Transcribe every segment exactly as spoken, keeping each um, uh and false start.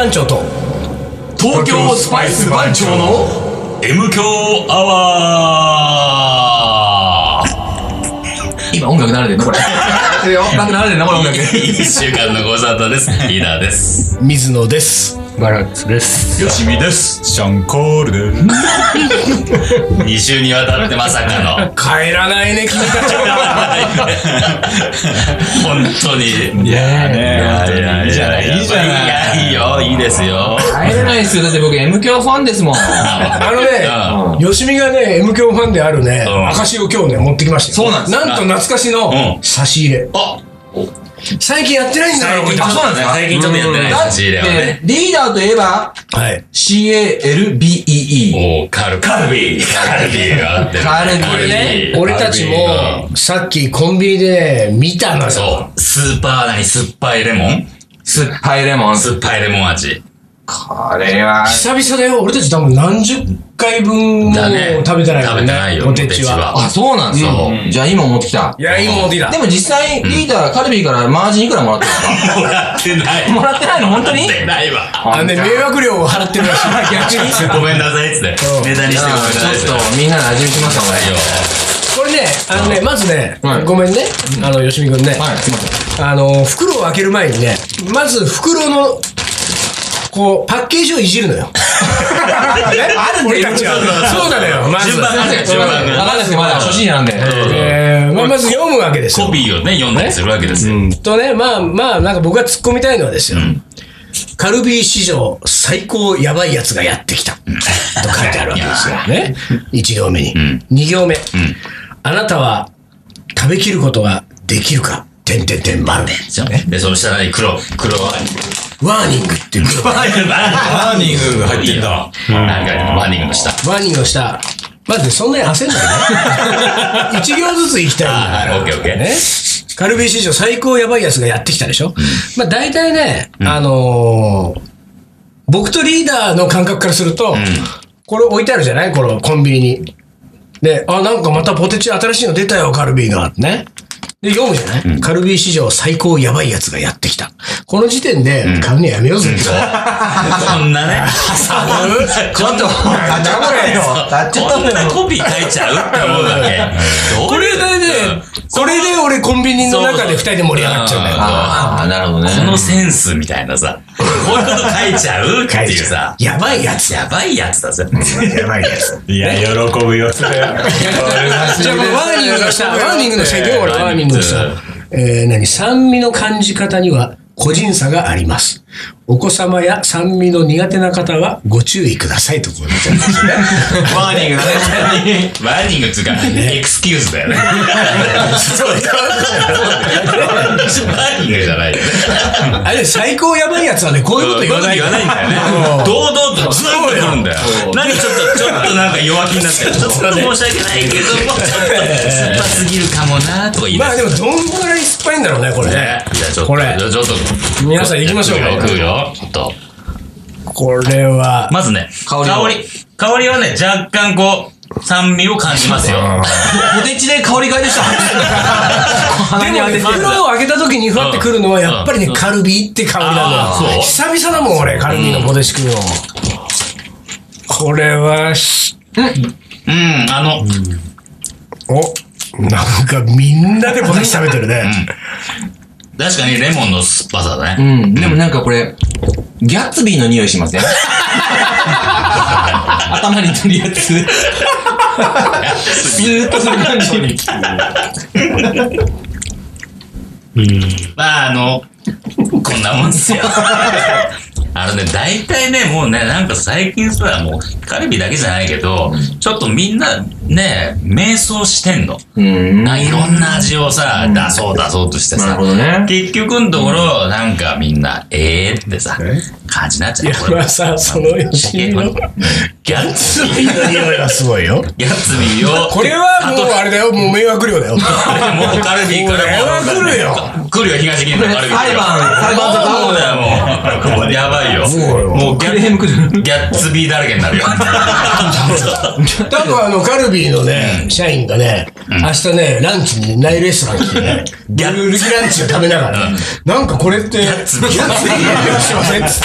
番長と東京スパイス番長の M 強アワー。 今音楽流れてんのこれ。音楽流れてんのこれ音楽。 一週間のご無沙汰です。リーダーです。 水野です。 ガラッツです。 よしみです。 シャンコールです。 二週にわたってまさかの帰らないね君たちは。 本当に。 いやね、 いやいいじゃない、いいじゃない。いや、いいよ、いいですよ。 帰れないですよ。だって僕 M 響ファンですもん。 あのね、よしみがね M 響ファンであるね、証を今日ね持ってきましたよ。 そうなんです。 なんと懐かしの差し入れ。 あ、 最近やってないんだよ。 最近あ、そうなんですか。 最近ちょっとやってない差し入れはね。 リーダーといえばはいシーエーエルビーイーイー。 おー、カルカルビー。カルビーがあって。 カルビーね。 俺たちもさっきコンビニで見たのよ。 そう。スーパー何酸っぱいレモン酸っぱいレモン。 酸っぱいレモン味。 これは久々だよ。俺たち多分何十回分も食べてないよね。 食べてないよ。 ポテチは。 あ、そうなんですか。じゃあ今持ってきた。 いや、今持ってきた。 でも実際リーダーカルビーからマージンいくらもらってるんですか。 もらってない。 もらってないの本当に。 もらってないわ。 あのね、迷惑料を払ってるらしい。 逆にごめんなさいっつって。ネタにしてごめんなさい。 ちょっとみんなで味見しますよ。 これね、あのね、まずね、 はいごめんね、あの、よしみくんね、 はい、すいません。 あの、袋を開ける前にね、まず袋の、こう、パッケージをいじるのよ。あるんだよ、俺たちは。そうなのよ、まず。 順番がね、順番が。 わかんないですけど、まだ初心者なんで。 えー、まあまず読むわけですよ。 コピーをね、読んだりするわけですよ。 とね、まあまあ、なんか僕が突っ込みたいのはですよ。カルビー史上最高やばいやつがやってきた。と書いてあるわけですよ。ね。一行目に。二行目。あなたは食べきることができるか。てんてんてん丸。 で、その下に黒、黒は。 ワーニングっていう黒。 ワーニングが入ってんだ。なんか、ワーニングの下。 ワーニングの下。まずそんなに焦んないね。一行ずつ行きたいんだ。 はい、オッケーオッケー。 ね。カルビー史上最高やばいやつがやってきたでしょ。まあ大体ね、あのー、僕とリーダーの感覚からすると、これ置いてあるじゃないこのコンビニに。で、あ、なんかまたポテチ新しいの出たよ、カルビーが。ね。で、読むじゃない、うん、カルビー史上最高やばいやつがやってきた。この時点で、買うのやめようぜ。 そんなね。 ちょっと、あ、だこれよ。 こんなコピー書いちゃうって思うわけ。 これでね、これで俺コンビニの中で二人で盛り上がっちゃうんだよ。 ああ、なるほどね。 このセンスみたいなさ、こういうこと書いちゃうっていうさ。 やばいやつ。 やばいやつだぜ。 やばいやつ。 いや、喜ぶよ、それ。 じゃあ、ワーニングの下、ワーニングの下行くよ、俺、ワーニングの下。えー、何酸味の感じ方には個人差があります。お子様や酸味の苦手な方はご注意くださいとこう言ってるんですよね。 ワーニングだね。 ワーニングっていうか、エクスキューズだよね。そうだ。ワーニングじゃないよね。 あれ、最高やばいやつはね、こういうこと言わない。 言わないんだよね。堂々とずっと来るんだよ。なんかちょっと、ちょっとなんか弱気になってる。ちょっと申し訳ないけども、ちょっと酸っぱすぎるかもなとか言いまあでも、どんぐらい酸っぱいんだろうね、これね。 じゃあちょっと、 これちょっと、 皆さん行きましょうか。 食うよ。ちょっと。 これは。 まずね、香り。香り。香りはね、若干こう、酸味を感じますよ。 ポテチで香り嗅いでした。 でもね、袋を開けた時にふわってくるのは、やっぱりね、カルビーって香りなんだよ。久々だもん、俺、カルビーのポテチ食うの。これは、 うん、あの、 お、なんかみんなでポテチ食べてるね。 確かにレモンの酸っぱさだね。 うん。でもなんかこれ、ギャッツビーの匂いしますね。頭に取るやつ。スーッとする感じに。 まあ、あの、こんなもんっすよ。あのね、大体ね、もうね、なんか最近さ、もう、カルビだけじゃないけど、ちょっとみんな、ね、迷走してんの。 うん。 いろんな味をさ、出そう出そうとしてさ。 なるほどね。 結局のところ、なんかみんな、えーってさ、感じになっちゃう。 いや、まあさ、その吉見の、 ギャッツビーの匂いはすごいよ。 ギャッツビーを。 これはもうあれだよ、もう迷惑料だよ。もうカルビーからもう。これは来るよ。 来るよ、東銀座のカルビー。 裁判、裁判とかそうだよ、もう。やばいよ。 もうギャッツビーだらけになるよ。 多分あの、カルビビーのね、社員がね、明日ね、ランチにナイルレストラン来てね、ギャルルギランチを食べながら、なんかこれって、ギャッツビーしませんっつって。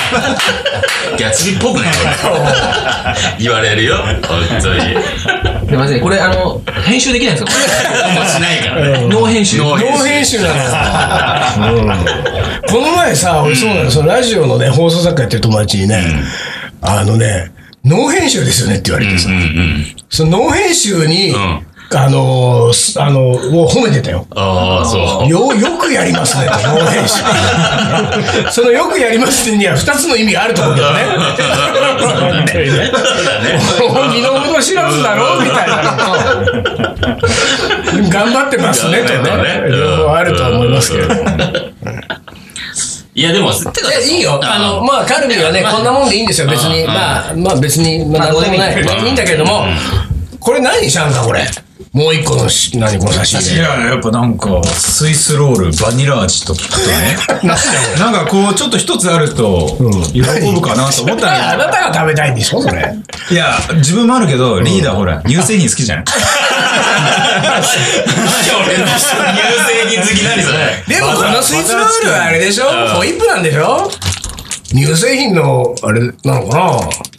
ギャッツビーっぽくない言われるよ、本当に。 すいません、これあの、編集できないんですか？ もうしないからね。 ノー編集。 ノー編集なのよ。この前さ、俺そうなの、そのラジオのね、放送作家やってる友達にね、あのね、ノー編集ですよねって言われてさ、そのノー編集に、あのー、あの、を褒めてたよ。 ああ、そう。 よ、よくやりますね、ノー編集。そのよくやりますには二つの意味があると思うけどね。身の程知らずだろみたいなのと、頑張ってますねとね、両方あると思いますけれども。 いやでも、 いいよ。あの、まあ、カルビはね、こんなもんでいいんですよ、別に。まあ、まあ別に、まあ、なんでもない。いいんだけども、これ何シャンか、これ。もう一個のし、何この刺身で。 いや、やっぱなんか、スイスロール、バニラ味と聞くとね。なんかこう、ちょっと一つあると、喜ぶかなと思ったら。 あなたが食べたいんでしょ、それ。 いや、自分もあるけど、リーダーほら、乳製品好きじゃん。 乳製品好き何それ。 でもこのスイーツロールはあれでしょ、ホイップなんでしょ、乳製品の、あれ、なのかな、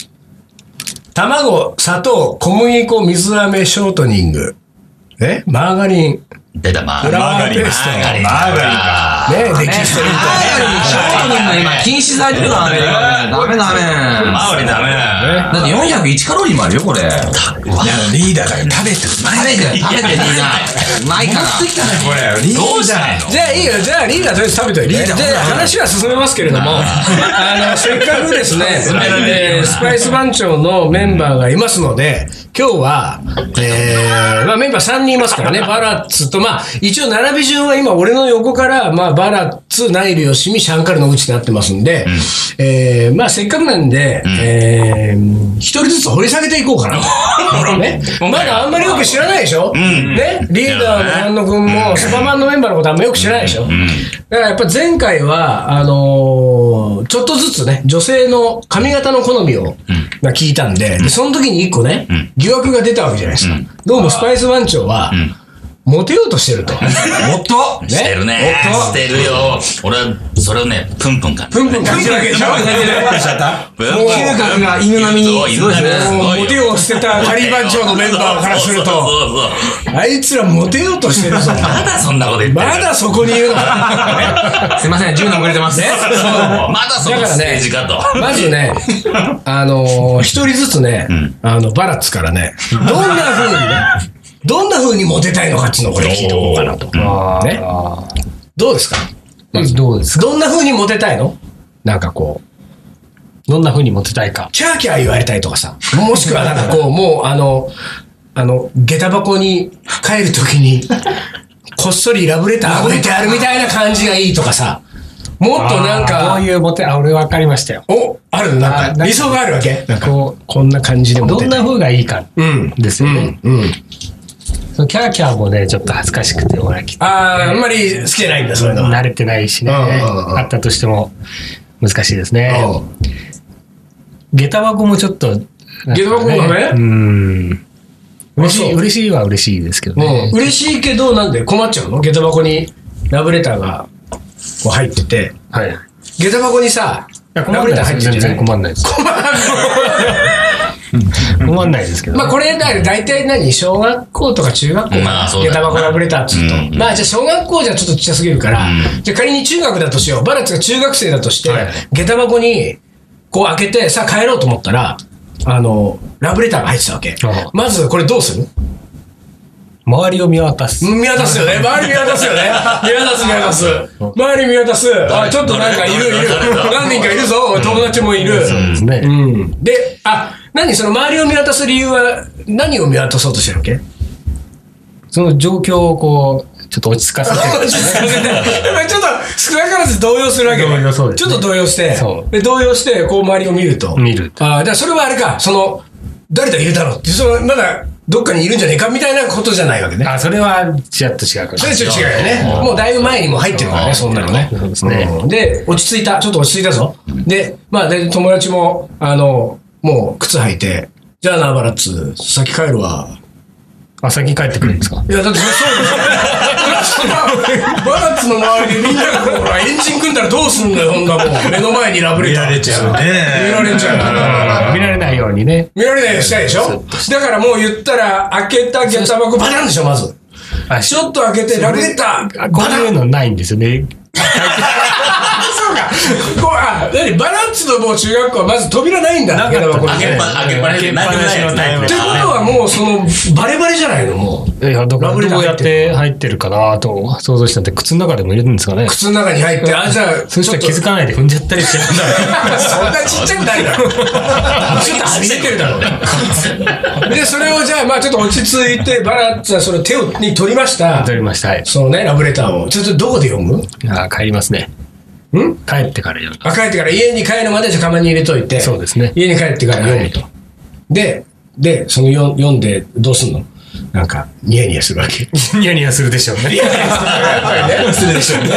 卵、砂糖、小麦粉、水飴、ショートニング。えマーガリン。 出た、マーガリン。マーガリン。 マーガリンか。 ねえ、できしてる。 マーガリン、ショートニング今禁止されてるからね。ダメダメ。 マーガリンダメだ。 だってよんひゃくいちカロリーもあるよ、これ。いや、 リーダーが食べて食べて、食べて、リーダー。うまいから。 これ、リーダー。 どうしたらいいの？ じゃあいいよ、じゃあリーダーとりあえず食べといて。リーダー。じゃあ話は進めますけれども、あの、せっかくですね、えー、スパイス番長のメンバーがいますので、今日は、えー、まあメンバーさんにんいますからね、バラッツと、まあ一応並び順は今俺の横から、まあバラッツ、ナイル、ヨシミ、シャンカル、野口ってなってますんで、うん、えー、まあせっかくなんで、うん、えー、一人ずつ掘り下げていこうかな。ね、まだあんまりよく知らないでしょ、うん、ね、リーダーの安野くんも、スパマンのメンバーのことあんまよく知らないでしょ、うん、だからやっぱ前回は、あのー、ちょっとずつね、女性の髪型の好みを、うん、聞いたんで、で、その時に一個ね、うん、疑惑が出たわけじゃないですか。うん、どうもスパイス番長は、うん、モテようとしてると。 もっとしてるね。してるよ。俺は、それをね、プンプン感じる。 プンプン感じるわけでしょ。 嗅覚が犬並みに。 すごいね。 モテを捨てたカリー番長のメンバーからすると、あいつらモテようとしてるぞ。 まだそんなこと言ってる。 まだそこにいるのか。 すいません、じゅうねん遅れてますね。 まだそのステージかと。 まずね、あの、一人ずつね、あの、バラッツからね、どんな風にね、どんな風にモテたいのかっていうのをこれ聞いておこうかなと。ね。どうですか？ どうですか？ どんな風にモテたいの？なんかこう。どんな風にモテたいか。 キャーキャー言われたいとかさ。もしくはなんかこう、もうあの、あの、下駄箱に帰るときに、こっそりラブレター置いてあるみたいな感じがいいとかさ。もっとなんか。 こういうモテ、あ、俺分かりましたよ。 お、あるなんか理想があるわけ？なんかこう、 こんな感じでモテたい。 どんな風がいいか。 うん。 ですよね。 うん。うんそのキャーキャーもね、ちょっと恥ずかしくて、俺はきっと。 ああ、あんまり好きじゃないんだ、そういうのは。 慣れてないしね。あったとしても難しいですね。下駄箱もちょっと、 下駄箱がね。 うん。嬉しい、嬉しいは嬉しいですけどね。 嬉しいけど、なんで困っちゃうの？下駄箱にラブレターがこう入ってて。 はい。 下駄箱にさ、 ラブレター入ってて全然困んないです。 困る困んないですけど、ね。 まあこれだいたい何小学校とか中学校まあ下駄箱ラブレターっつうと、うん、まあじゃあ小学校じゃちょっとちっちゃすぎるから、うん、じゃあ仮に中学だとしよう。バラッツが中学生だとして、はい、下駄箱にこう開けてさあ帰ろうと思ったら、あのラブレターが入ってたわけ。まずこれどうする？ 周りを見渡す。 見渡すよね。周り見渡すよね。見渡す見渡す。周り見渡す。あ、ちょっとなんかいるいる。何人かいるぞ。友達もいる。 そうですね。 うん。で、あ、何その周りを見渡す理由は何を見渡そうとしてるわけ？ その状況をこう、ちょっと落ち着かせて。 落ち着かせて。ちょっと少なからず動揺するわけ。 動揺そうです、 ね。ちょっと動揺して。 そう。 で、動揺して、こう周りを見ると。 見る。 ああ、じゃあそれはあれか。その、誰だいるだろうって、その、まだ、どっかにいるんじゃねえかみたいなことじゃないわけね。 あ、それはちょっと違うから。 それちょっと違うよね。もうだいぶ前にも入ってるからね、そんなのね。 そうですね。 で、落ち着いた。ちょっと落ち着いたぞ。で、まあ、で、友達も、あの、もう靴履いて、じゃあな、バラッツ、先帰るわ。 あ、先帰ってくるんですか？ いや、だってそれそうでしょ。バラッツの周りでみんながほら、エンジン組んだらどうすんだよ、そんなもん。目の前にラブレター。 見られちゃうね。 見られちゃう。 見られないようにね。 見られないようにしたいでしょ。だからもう言ったら、開けた下駄箱バタンでしょ、まず。ちょっと開けて、ラブレター。 こういうのないんですよね。 そうか。こう、あ、なに、バラッツのもう中学校はまず扉ないんだ。 開けっぱ、開けっぱなしのタイプ。 ってことはもう、その、バレバレじゃないの、もう。 いや、だからどうやって入ってるかなと想像したんで、靴の中でも入れるんですかね。 靴の中に入って、あ、じゃあ、 そしたら気づかないで踏んじゃったりしてるんだ。 そんなちっちゃくないだろ。ちょっとはみ出てるだろう。で、それをじゃあ、まあちょっと落ち着いて、バラッツはその手をに取りました。 取りました。はい。 そのね、ラブレターを。ちょっとどこで読む？ あ、帰りますね。 ん？ 帰ってから読む。 あ、帰ってから、家に帰るまでじゃカバンに入れといて。 そうですね。 家に帰ってから読むと。はい、で、で、そのよ読んでどうすんの？なんか、ニヤニヤするわけ。 ニヤニヤするでしょうね。ニヤニヤするでしょうね。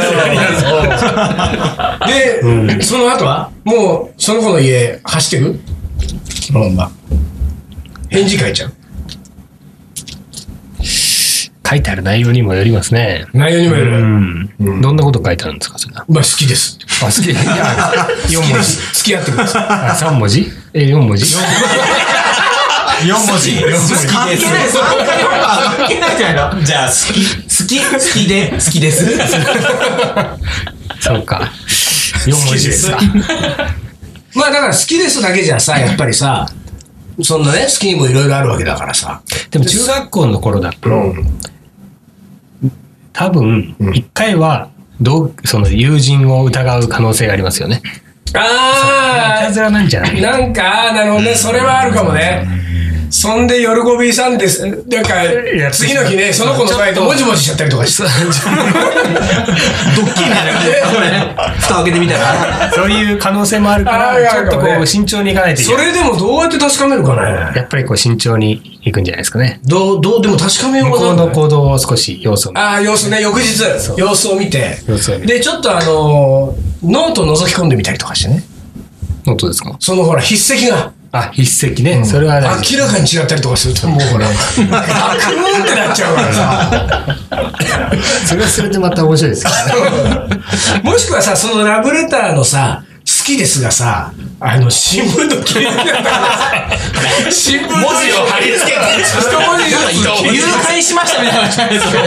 で、うん、その後はもう、その子の家、走ってく？そのまんま。返事書いちゃう。 書いてある内容にもよりますね。 内容にもよる。うん。 うん、どんなこと書いてあるんですか、それは。 まあ、好きです。 あ、好き。いや、よん文字。 付き合ってください。 あ、さん文字？え、よん文字？ よん文字。よん文字。 関係ない、関係ないじゃないの。じゃあ、好き、好き、好きで、好きです。 そうか。よん文字ですか。 まあ、だから好きですだけじゃさ、やっぱりさ、そんなね、好きにもいろいろあるわけだからさ。 でも中学校の頃だと、うん、多分、一回は、どう、その友人を疑う可能性がありますよね。 ああ。 いたずらなんじゃない？ なんか、なるほどね、それはあるかもね。そんで、夜ごびさんです。なんか、次の日ね、その子の前でもじもじしちゃったりとかして。ドッキリだよね。 蓋開けてみたら。 そういう可能性もあるから、ちょっとこう、慎重にいかないといけない。 それでもどうやって確かめるかね。 やっぱりこう、慎重にいくんじゃないですかね。 どう、どう、でも確かめようがない。向こうの行動を少し様子を見て。 ああ、様子ね、翌日、様子を見て。 様子を見て。 で、ちょっとあの、ノートを覗き込んでみたりとかしてね。 ノートですか？ そのほら、筆跡が。 あ、筆跡ね。うん、それは大事。明らかに違ったりとかすると、もうほら、ガクーンってなっちゃうからさ。 それはそれでまた面白いですよ。もしくはさ、そのラブレターのさ、好きですがさ、あの、新聞の切り抜きだったらさ、新聞の文字を貼り付けて、一文字ずつ誘拐しましたみたいな感じですよ。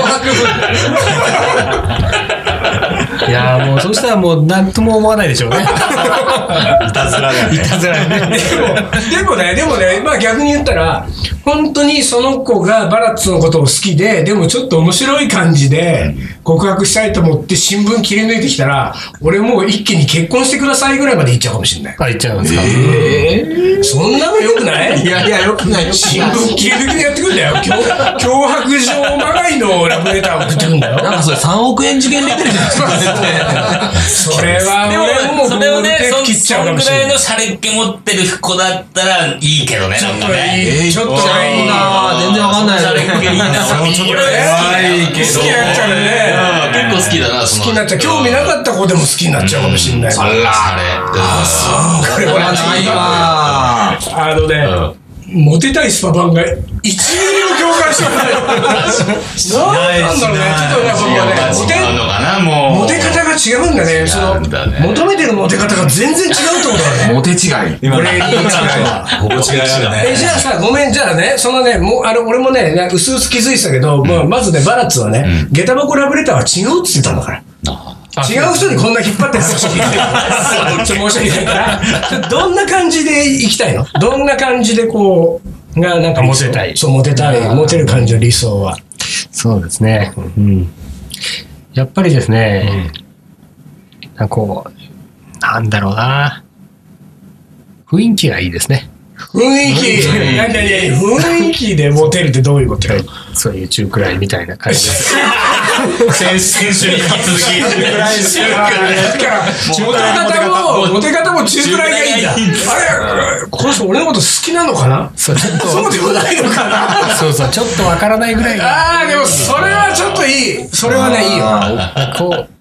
いやーもう、そしたらもう何とも思わないでしょうね。いたずらだね。 いたずらね。 でもね、でもね、まあ逆に言ったら、本当にその子がバラッツのことを好きで、でもちょっと面白い感じで告白したいと思って新聞切り抜いてきたら、俺もう一気に結婚してくださいぐらいまで言っちゃうかもしれない。 あ、言っちゃうんですか。 えー、そんなのよくない？ いやいや、よくないよ。 新聞切り抜きでやってくんだよ。脅迫状まがいのラブレターを送ってくんだよ。 なんかそれさんおくえん事件レベルじゃないですか。 それは俺もそれをね、そん切っちゃうかもしれない。 ぐらいのシャレっ気持ってる子だったらいいけどね。 ちょっといい。ちょっといいな。全然わかんない。 シャレっ気いいな。 ちょっとね。好きになっちゃうね。 結構好きだな。 好きになっちゃう。興味なかった子でも好きになっちゃうかもしれない。 あら、 あそう。これはないわ。 あのね。モテたいスパバンがいちミリも共感してない。なんだろうね。ちょっとね、ここね、モテ方が違うんだね。その求めてるモテ方が全然違うってことだね。 モテ違い。 これに違いは。 ここ違いあるね。 え、じゃあさ、ごめん、じゃあね、そのね、もう、あの、俺もね、うすうす気づいてたけど、まあ、まずね、バラッツはね、下駄箱ラブレターは違うって言ってたんだから。違う人にこんな引っ張って話を聞いてる。申し訳ないから。どんな感じで行きたいの？どんな感じでこう、が、なんかモテたい。 そう、モテたい。モテる感じの理想は。 そうですね。うん。やっぱりですね、なんかこう、なんだろうな。雰囲気がいいですね。 雰囲気、何何雰囲気でモテるってどういうことよ。 そういう中くらいみたいな感じです。 先週に引き続き。中くらいです。 モテ方も、モテ方も中くらいがいいんだ。あれ、この人俺のこと好きなのかな？ そう、ちょっと。 そうでもないのかな？ そうそう、ちょっとわからないぐらい。 ああ、でもそれはちょっといい。それはね、いいよ。 こう、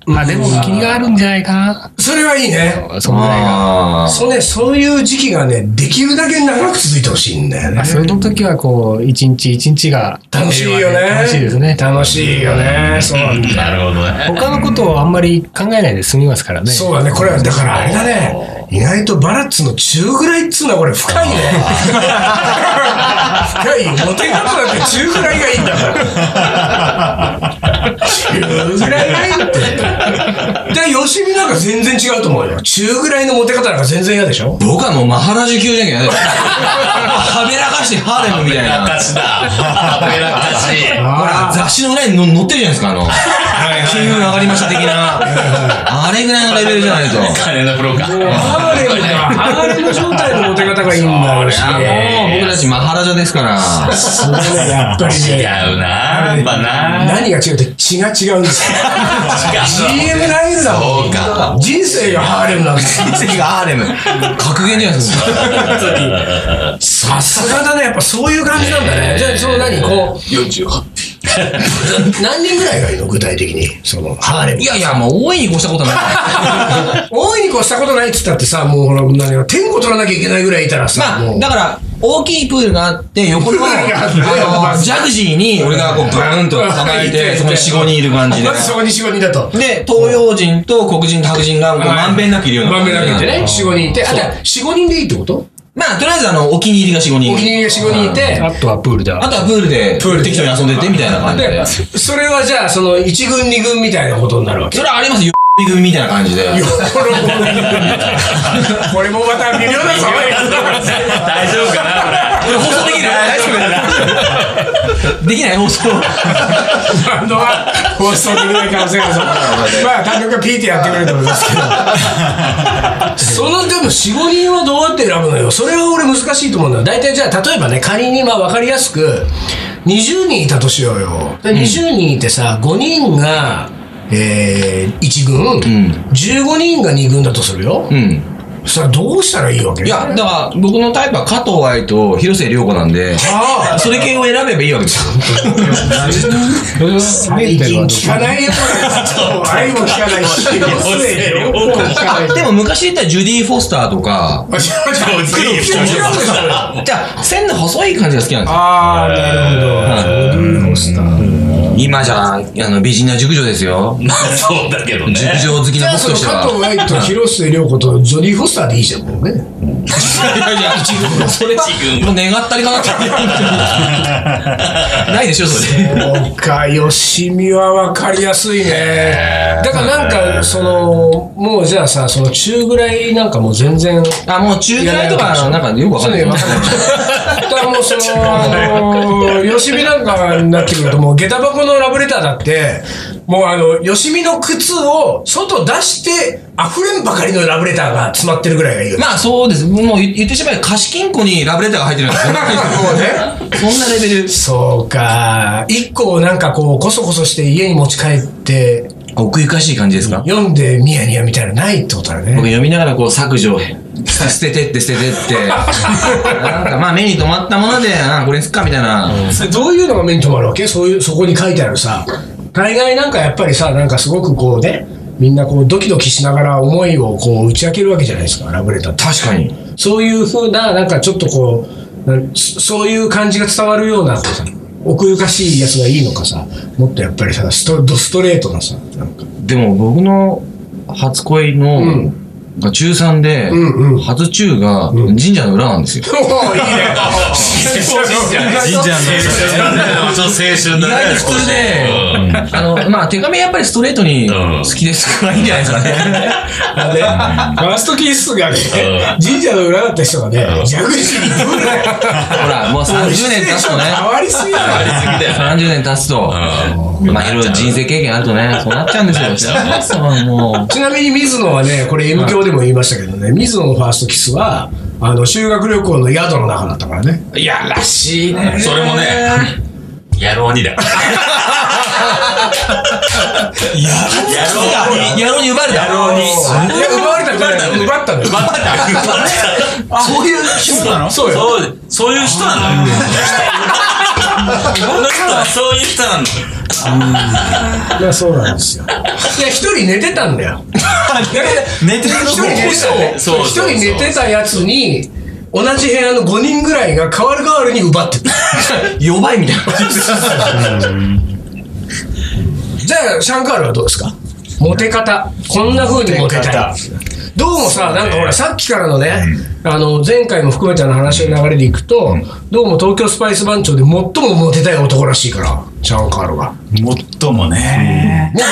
あ、でも気があるんじゃないかな。 それはいいね。 そのぐらいが。 そうね、そういう時期がね、できるだけ長く続いてほしいんだよね。 その時はこう、一日一日が楽しいよね。 楽しいですね。 楽しいよね。そうなんだ。 なるほどね。 他のことをあんまり考えないで済みますからね。 そうだね。これは、だからあれだね。意外とバラッツの中ぐらいっつうのはこれ深いね。深いよ。モテ方だって中ぐらいがいいんだから。中ぐらいがいいって。で、吉見なんか全然違うと思うよ。中ぐらいのモテ方なんか全然嫌でしょ。 僕はもうマハラジュ級じゃんけどね。はべらかしてハーレムみたいな。 はべらかしだ。はべらかし。 ほら、雑誌の裏にの載ってるじゃないですか、あの。金運上がりました的な。あれぐらいのレベルじゃないと。 金のプロか。 ハーレムが、ハーレム状態のモテ方がいいんだよ。 もう僕たちマハラジャですから。 すごいね、やっぱりね。 違うなやっぱな何が違うって血が違うんですよ。ジーエム ライルだもん。 そうか。 人生がハーレムなんですよ。 人生がハーレム。格言じゃないですか。 さすがだね。やっぱそういう感じなんだね。じゃあ、その何こう。よんじゅうはち。何人ぐらいがいいの具体的に。その、ハーレム。 いやいや、もう大いに越したことない。 大いに越したことないっつったってさ、もうほら、何が、点を取らなきゃいけないぐらいいたらさ、 まあ、だから、大きいプールがあって、横の、 プールがあってあの、ジャグジーに、俺がこう、ブーンと構えて、そこによん、ごにんいる感じでま。ずそこによん、ごにんだと。 で、東洋人と黒人と白人が、こうまんべんなくいるようなまん感じで。 べんなくいてね。よん、ごにんいて。あ、じゃあ、よん、ごにんでいいってこと？ まあ、とりあえず、あの、お気に入りがよん、ごにん。 お気に入りがよん、ごにんいて。 あとはプールで。 あとはプールで、 プールで適当に遊んでて、みたいな感じで。 で、それはじゃあ、その、いち軍に軍みたいなことになるわけ。 それはありますよ。組みたいな感じで。 これもまた微妙だぞ。 大丈夫かなこれ。 これ放送できる？大丈夫できない放送。 バンドは放送できない可能性があるぞ。まあ、単独がピーってやってくれると思いますけど。その、でもよん、ごにんはどうやって選ぶのよ。それは俺難しいと思うんだよ。大体じゃあ、例えばね、仮にまあ分かりやすく、にじゅうにんいたとしようよ。でにじゅうにんいてさ、ごにんが、えー、いち軍、うん、じゅうごにんがに軍だとするよ。うん。それはどうしたらいいわけ？ いや、だから僕のタイプは加藤愛と広末涼子なんで、ああ、それ系を選べばいいわけですよ。 最近聞かないよ、愛も聞かないし、広末涼子も聞かない。 でも昔言ったらジュディ・フォスターとか、じゃあ線の細い感じが好きなんですよ。 ああ、なるほど。ジュディ・フォスター。 今じゃあの美人な熟女ですよ。 まあそうだけどね。 熟女好きな僕としては。 加藤愛と広末涼子とジョディ・フォスターでいいじゃん、もうね。いやいや、一軍。それは、もう願ったりかなって。ないでしょ、それ。 そうか、よしみはわかりやすいね。だからなんか、その、もうじゃあさ、その中ぐらいなんかもう全然。 あ、もう中ぐらいとか、なんかよくわかんない。だからもうその、よしみなんかになってくると、もう下駄箱のラブレターだって、もうあの、よしみの靴を外出して、溢れんばかりのラブレターが詰まってるぐらいがいいよ。 まあそうです。もう言ってしまえば貸金庫にラブレターが入ってるんですよ。 もうね。 そんなレベル。 そうか。一個なんかこう、こそこそして家に持ち帰って、 奥ゆかしい感じですか？ 読んでニヤニヤみたいなのないってことだね。 僕読みながらこう削除、捨ててって捨ててって。なんかまあ目に留まったもので、あこれすっかみたいな。 どういうのが目に留まるわけ？そういう、そこに書いてあるさ。大概なんかやっぱりさ、なんかすごくこうね、みんなこうドキドキしながら思いをこう打ち明けるわけじゃないですか、ラブレターって。 確かに。 そういう風な、なんかちょっとこう、そういう感じが伝わるようなさ、奥ゆかしいやつがいいのかさ、もっとやっぱりさ、スト、ドストレートなさ、なんか。 でも僕の初恋の、うんが中さんで、うんうん、初中が神社の裏なんですよ。 おー、いいね。 神社の青春だね。 意外に普通で、あの、まあ、手紙やっぱりストレートに好きですからいいんじゃないですかね。 ファーストキスがね、神社の裏だった人がね、逆に来るね。 ほら、もうさんじゅうねん経つとね。 変わりすぎだよ。 さんじゅうねん経つと、まあ、いろいろ人生経験あるとね、そうなっちゃうんですよ。 ちなみに水野はね、これ M 響でも言いましたけどね、水野のファーストキスは、あの、修学旅行の宿の中だったからね。 いやらしいね。 それもね、野郎にだ。野郎に、野郎に奪われた。 野郎に。 いや、奪われたんじゃない。奪ったのよ。 奪った。 そういう人なの？ そうよ。 そういう人なんだよ。 この人はそういう人なの。 いや、そうなんですよ。いや、一人寝てたんだよ。 寝てる一人寝てたね。 そう一人寝てたやつに、同じ部屋のごにんぐらいが代わる代わるに奪ってた。 弱いみたいな。 じゃあ、シャンカールはどうですか？モテ方。こんな風にモテたい。どうもさ、なんかほら、さっきからのね、あの、前回も含めての話の流れでいくと、どうも東京スパイス番長で最もモテたい男らしいから、シャンカールが。 最もね。 もう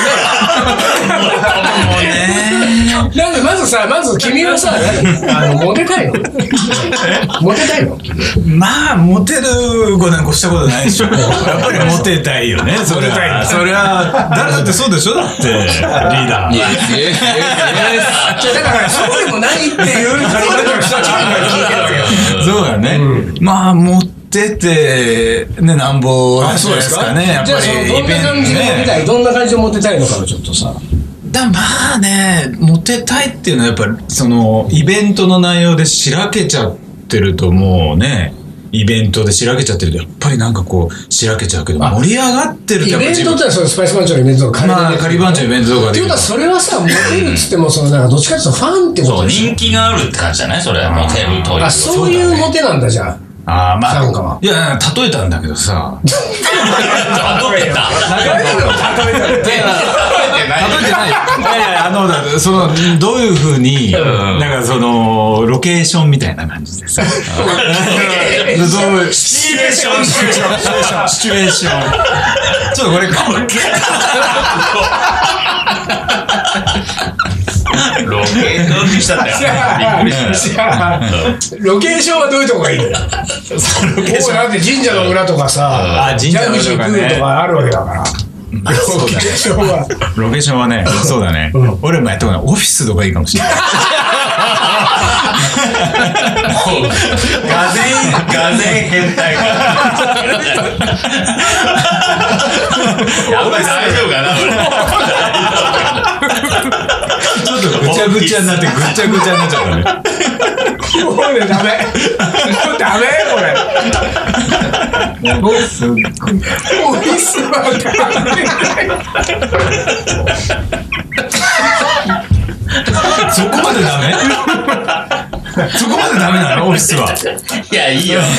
ね。なんで、まずさ、まず君はさ、あの、モテたいの？モテたいの？ まあ、モテることなんかしたことないでしょ。やっぱりモテたいよね、それは。それは、誰だってそうでしょだって、リーダー。 イエスイエスイエス。 だから、そうでもないっていうカリバルの人たちが聞いてるわけよ。 そうだね。まあ、モテて、ね、なんぼじゃないですかね。やっぱり。 じゃあ、その、どんな感じでモテたい、どんな感じでモテたいのかをちょっとさ。 だまあね、モテたいっていうのはやっぱり、その、イベントの内容でしらけちゃってるともうね、イベントでしらけちゃってると、やっぱりなんかこう、しらけちゃうけど、盛り上がってるとやっぱイベントってのはそのスパイス番長のイベントとかまあ、仮番長のイベントとかで。 っていうことは、それはさ、モテるっつっても、その、なんか、どっちかっていうとファンってことそう、 でしょ？ 人気があるって感じじゃないそれはモテるという。 あ、そういうモテなんだ、じゃあ。 ああ、まあ。 なんかは。 いや、例えたんだけどさ。 例えた。 例えたって。 例えてない。いやいや、あの、その、どういうふうに、なんかその、ロケーションみたいな感じでさ。どういう、 シチュエーション、シチュエーション、 シチュエーション。ちょっとこれ、 ロケーションにしたんだよ。びっくりした。 ロケーションはどういうとこがいいんだよ。ロケーションだって神社の裏とかさ、 あ神社の裏とかねジャグジープールとかあるわけだから。 まあそうだね。 ロケーションは。 ロケーションはね、そうだね。俺もやったことない。オフィスとかいいかもしれない。 がぜん、がぜん変態が。やっぱり大丈夫かなちょっとぐちゃぐちゃになって、ぐちゃぐちゃになっちゃったね。 もうね、ダメ。ダメこれ。オフィスはダメ。 そこまでダメそこまでダメなのオフィスは。 いや、いいよ。いいけど。いい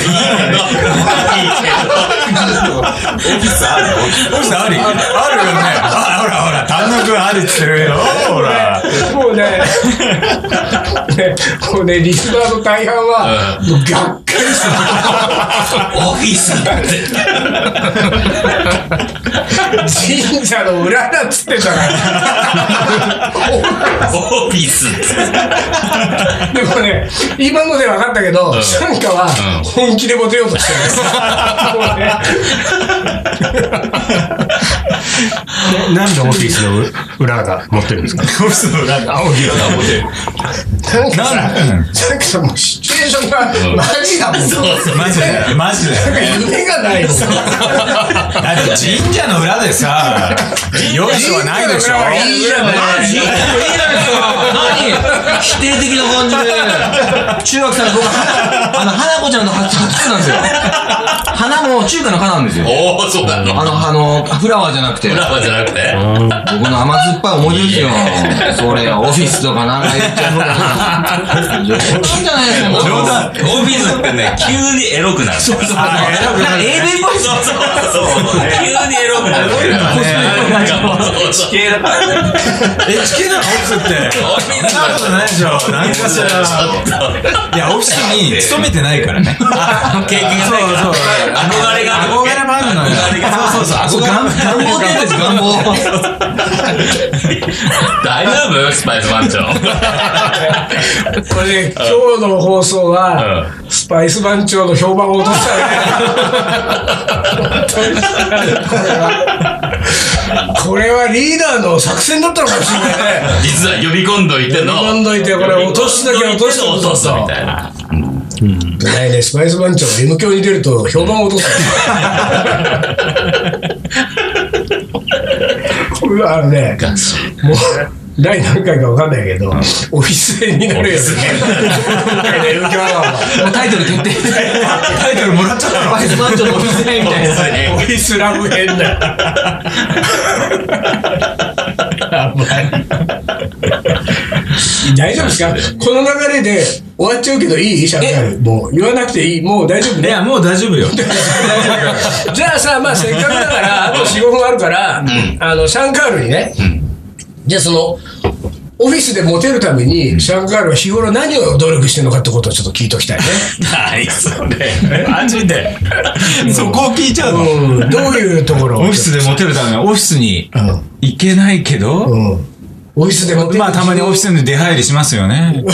けど。 オフィスあるオフィスありあるよね。あ、ほらほら、丹野くんありっつってるよ。ほら。 もうね、もうね、リスナーの大半は、もうがっかりする。 オフィスって神社の裏だっつってたから。 オフィスってでもね、今ので分かったけど、シャンカは本気でモテようとしてるんです。 なんでオフィスの裏が持ってるんですか？ オフィスの裏が。 オフィスが持ってる。 なんかさ、なんかさ、もうシチュエーションがマジだもん。 マジで、マジで。 なんか夢がないもん。 だって神社の裏でさ、よしはないでしょ。 いいじゃない。 いいじゃないですか。何否定的な感じで。中学さん、僕、あの、花子ちゃんの初初なんですよ。花も中華の花なんですよ。 おお、そうなの。 あの、あの、フラワーじゃなくて。 フラワーじゃなくて僕の甘酸っぱい思い出ですよ。それ、オフィスとかなんか言っちゃうのかな。冗談じゃないですか。 冗談。 オフィスってね、急にエロくなる。そうそうそう。 なんか エービー っぽい。 そうそうそう。急にエロくなる。 地形だからね。 え、地形なのオフィスって。 オフィスそんなことないでしょ。何かしら。いや、オフィスに勤めてないからね。 経験がないから。 そうそう。 憧れが。 憧れもあるのよ。そうそうそう。 願望系です、願望。 大丈夫スパイス番長。 これね、今日の放送は、スパイス番長の評判を落としたね。本当にこれは、これはリーダーの作戦だったのかもしれないね。 実は呼び込んどいての。 呼び込んどいて、これ落とすだけ落として落とすみたいな。 ないね、スパイス番長が M 響に出ると評判を落とす。これはあのね、もう、第何回か分かんないけど、オフィス編になるよね。 もうタイトル決定。 タイトルもらっちゃったの。 スパイス番長のオフィス編みたいな。 オィスラブ編だ。大丈夫ですか？この流れで終わっちゃうけどいい？シャンカール。もう言わなくていい。もう大丈夫ね。 いや、もう大丈夫よ。 じゃあさ、まあせっかくだから、あとよん、ごふんあるから、うん、あの、シャンカールにね、うん、じゃあその、オフィスでモテるために、シャンカールは日頃何を努力してるのかってことをちょっと聞いておきたいね。 何それ。マジで。 そこを聞いちゃうの、 うん、どういうところオフィスでモテるためにオフィスに行けないけど、うん、 オフィスでモテるまあたまにオフィスに出入りしますよね。急に現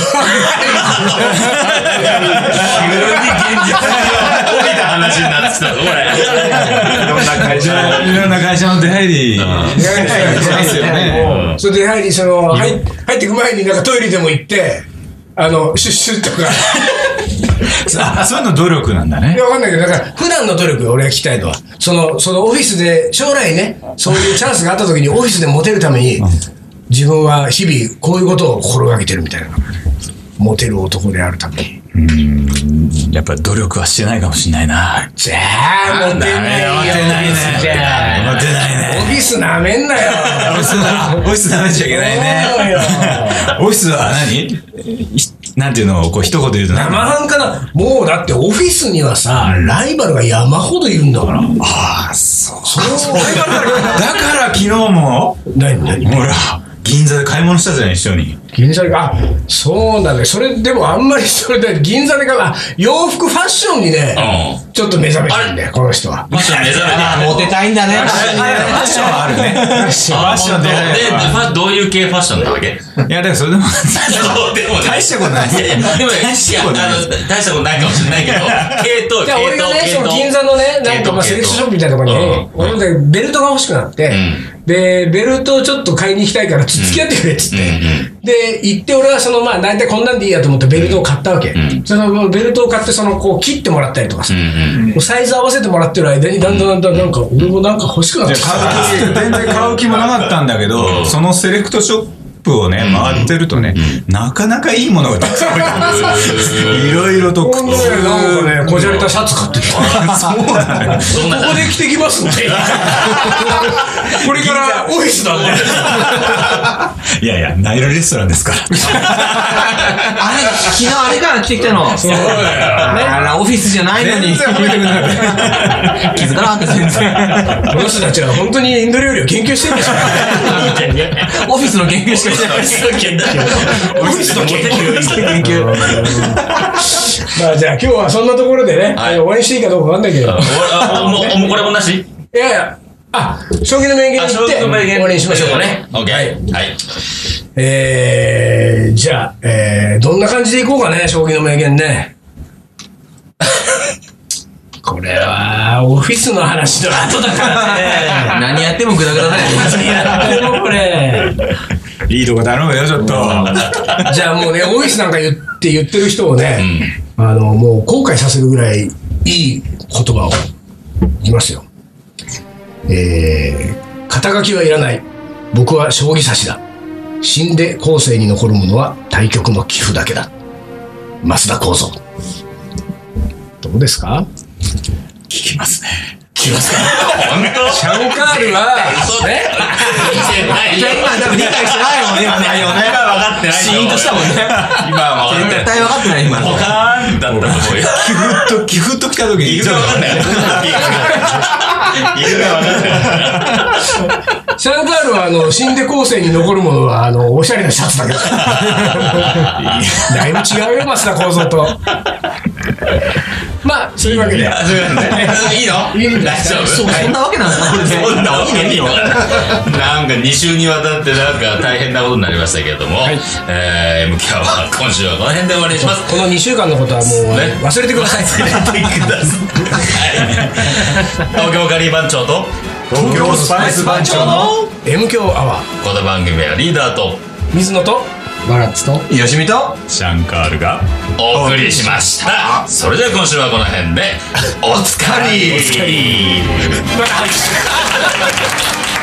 実に降りた話になってきたぞ、これ。 いろんな会社、いろんな会社の出入り。出入りしますよね。 それで出入り、その、入ってく前になんかトイレでも行って、あの、シュッシュッとか。 あ、そういうの努力なんだね。 いや、わかんないけど、だから、普段の努力を俺が聞きたいのは、その、そのオフィスで、将来ね、そういうチャンスがあった時にオフィスでモテるために、自分は日々こういうことを心がけてるみたいな。モテる男であるために。 うーん、やっぱり努力はしてないかもしれないな。 じゃあ、モテないよ。 モテないね。 じゃあ、 モテないね。 オフィスなめんなよ。 オフィスな、オフィスなめちゃいけないね。オフィスは何なんていうのをこう一言で言うと生半可な。もうだってオフィスにはさ、ライバルが山ほどいるんだから。 ああ、そう。 そう。 だから昨日も、 何何ほら。銀座で買い物したじゃん、一緒に。 銀座で、あ、そうなんだね。それでもあんまりそれで、銀座で買う、洋服ファッションにね、うん、ちょっと目覚めてるんだよ、この人は。 ファッション目覚めてる。 あ、モテたいんだね。 ファッションはあるね。ファッションで。 で、どういう系ファッションなわけ？いや、だからそれでも、大したことない。 いやいや、でもね、大したことないかもしれないけど、系統、 じゃあ俺がね、その銀座のね、なんかまあセレクトショップみたいなところに、俺でベルトが欲しくなって、で、ベルトをちょっと買いに行きたいから、付き合ってくれっつって。で、行って俺はその、まあ、大体こんなんでいいやと思ってベルトを買ったわけ。そのベルトを買って、その、こう、切ってもらったりとかさ。サイズ合わせてもらってる間に、だんだんだんだんなんか、俺もなんか欲しくなってきた。 全然買う気もなかったんだけど、そのセレクトショップ、をね、回ってるとね、なかなかいいものがたくさん置いてあるんですよ。いろいろと。 なんかね、こじゃれたシャツ買ってきた。そうなんだよ。ここで着てきますんで。これからオフィスなんで。 いやいや、ナイルレストランですから。 あれ、昨日あれから着てきたの。 そうだよ。 あら、オフィスじゃないのに。気づかなかった全然。 この人たちは本当にインド料理を研究してるんですよ。 オフィスの研究しかしてない。 オフィスの研究。オフィスの研究。 まあじゃあ今日はそんなところでね、終わりしていいかどうかわかんないけど。 もうこれもなし？ いやいや、あ、将棋の名言に行って終わりにしましょうかね。 オッケー。はい。 えー、じゃあ、えー、どんな感じでいこうかね、将棋の名言ね。これは、オフィスの話の後だからね。 何やってもグダグダだよ。 何やってもこれ。 いいとこ頼むよ、ちょっと。 じゃあもうね、オフィスなんか言って言ってる人をね、うん、あの、もう後悔させるぐらいいい言葉を言いますよ。えー、肩書きはいらない。僕は将棋指しだ。死んで後世に残るものは対局の寄付だけだ。増田幸三。どうですか？ 聞きますね。 聞きますか？本当？シャンカールは、ね？ 今多分理解してないもんね、今内容ね。 今分かってない。 シーンとしたもんね。 今は分かってない。 絶対分かってない、今。 ポカーンだったと思うよ。 寄付と、寄付と来た時に。 寄付が分かんない。寄付が分かんない。 シャンカールは、あの、死んで後世に残るものは、あの、おしゃれなシャツだけど。だいぶ違うよ、増田幸三と。まあ、そういうわけで。いいの？ いいんだ。 そんなわけなんですか、これで。 そんなわけいいの？なんかに週にわたってなんか大変なことになりましたけれども、はい、えー、エムキャーは今週はこの辺で終わりにします。 このにしゅうかんのことはもう、ね、忘れてください。 忘れてください。東京カリー番長と東京スパイス番長のエム 強アワー。 この番組はリーダーと水野とバラッツとよしみとシャンカールがお送りしました。それでは今週はこの辺でおつかり。 おつかり。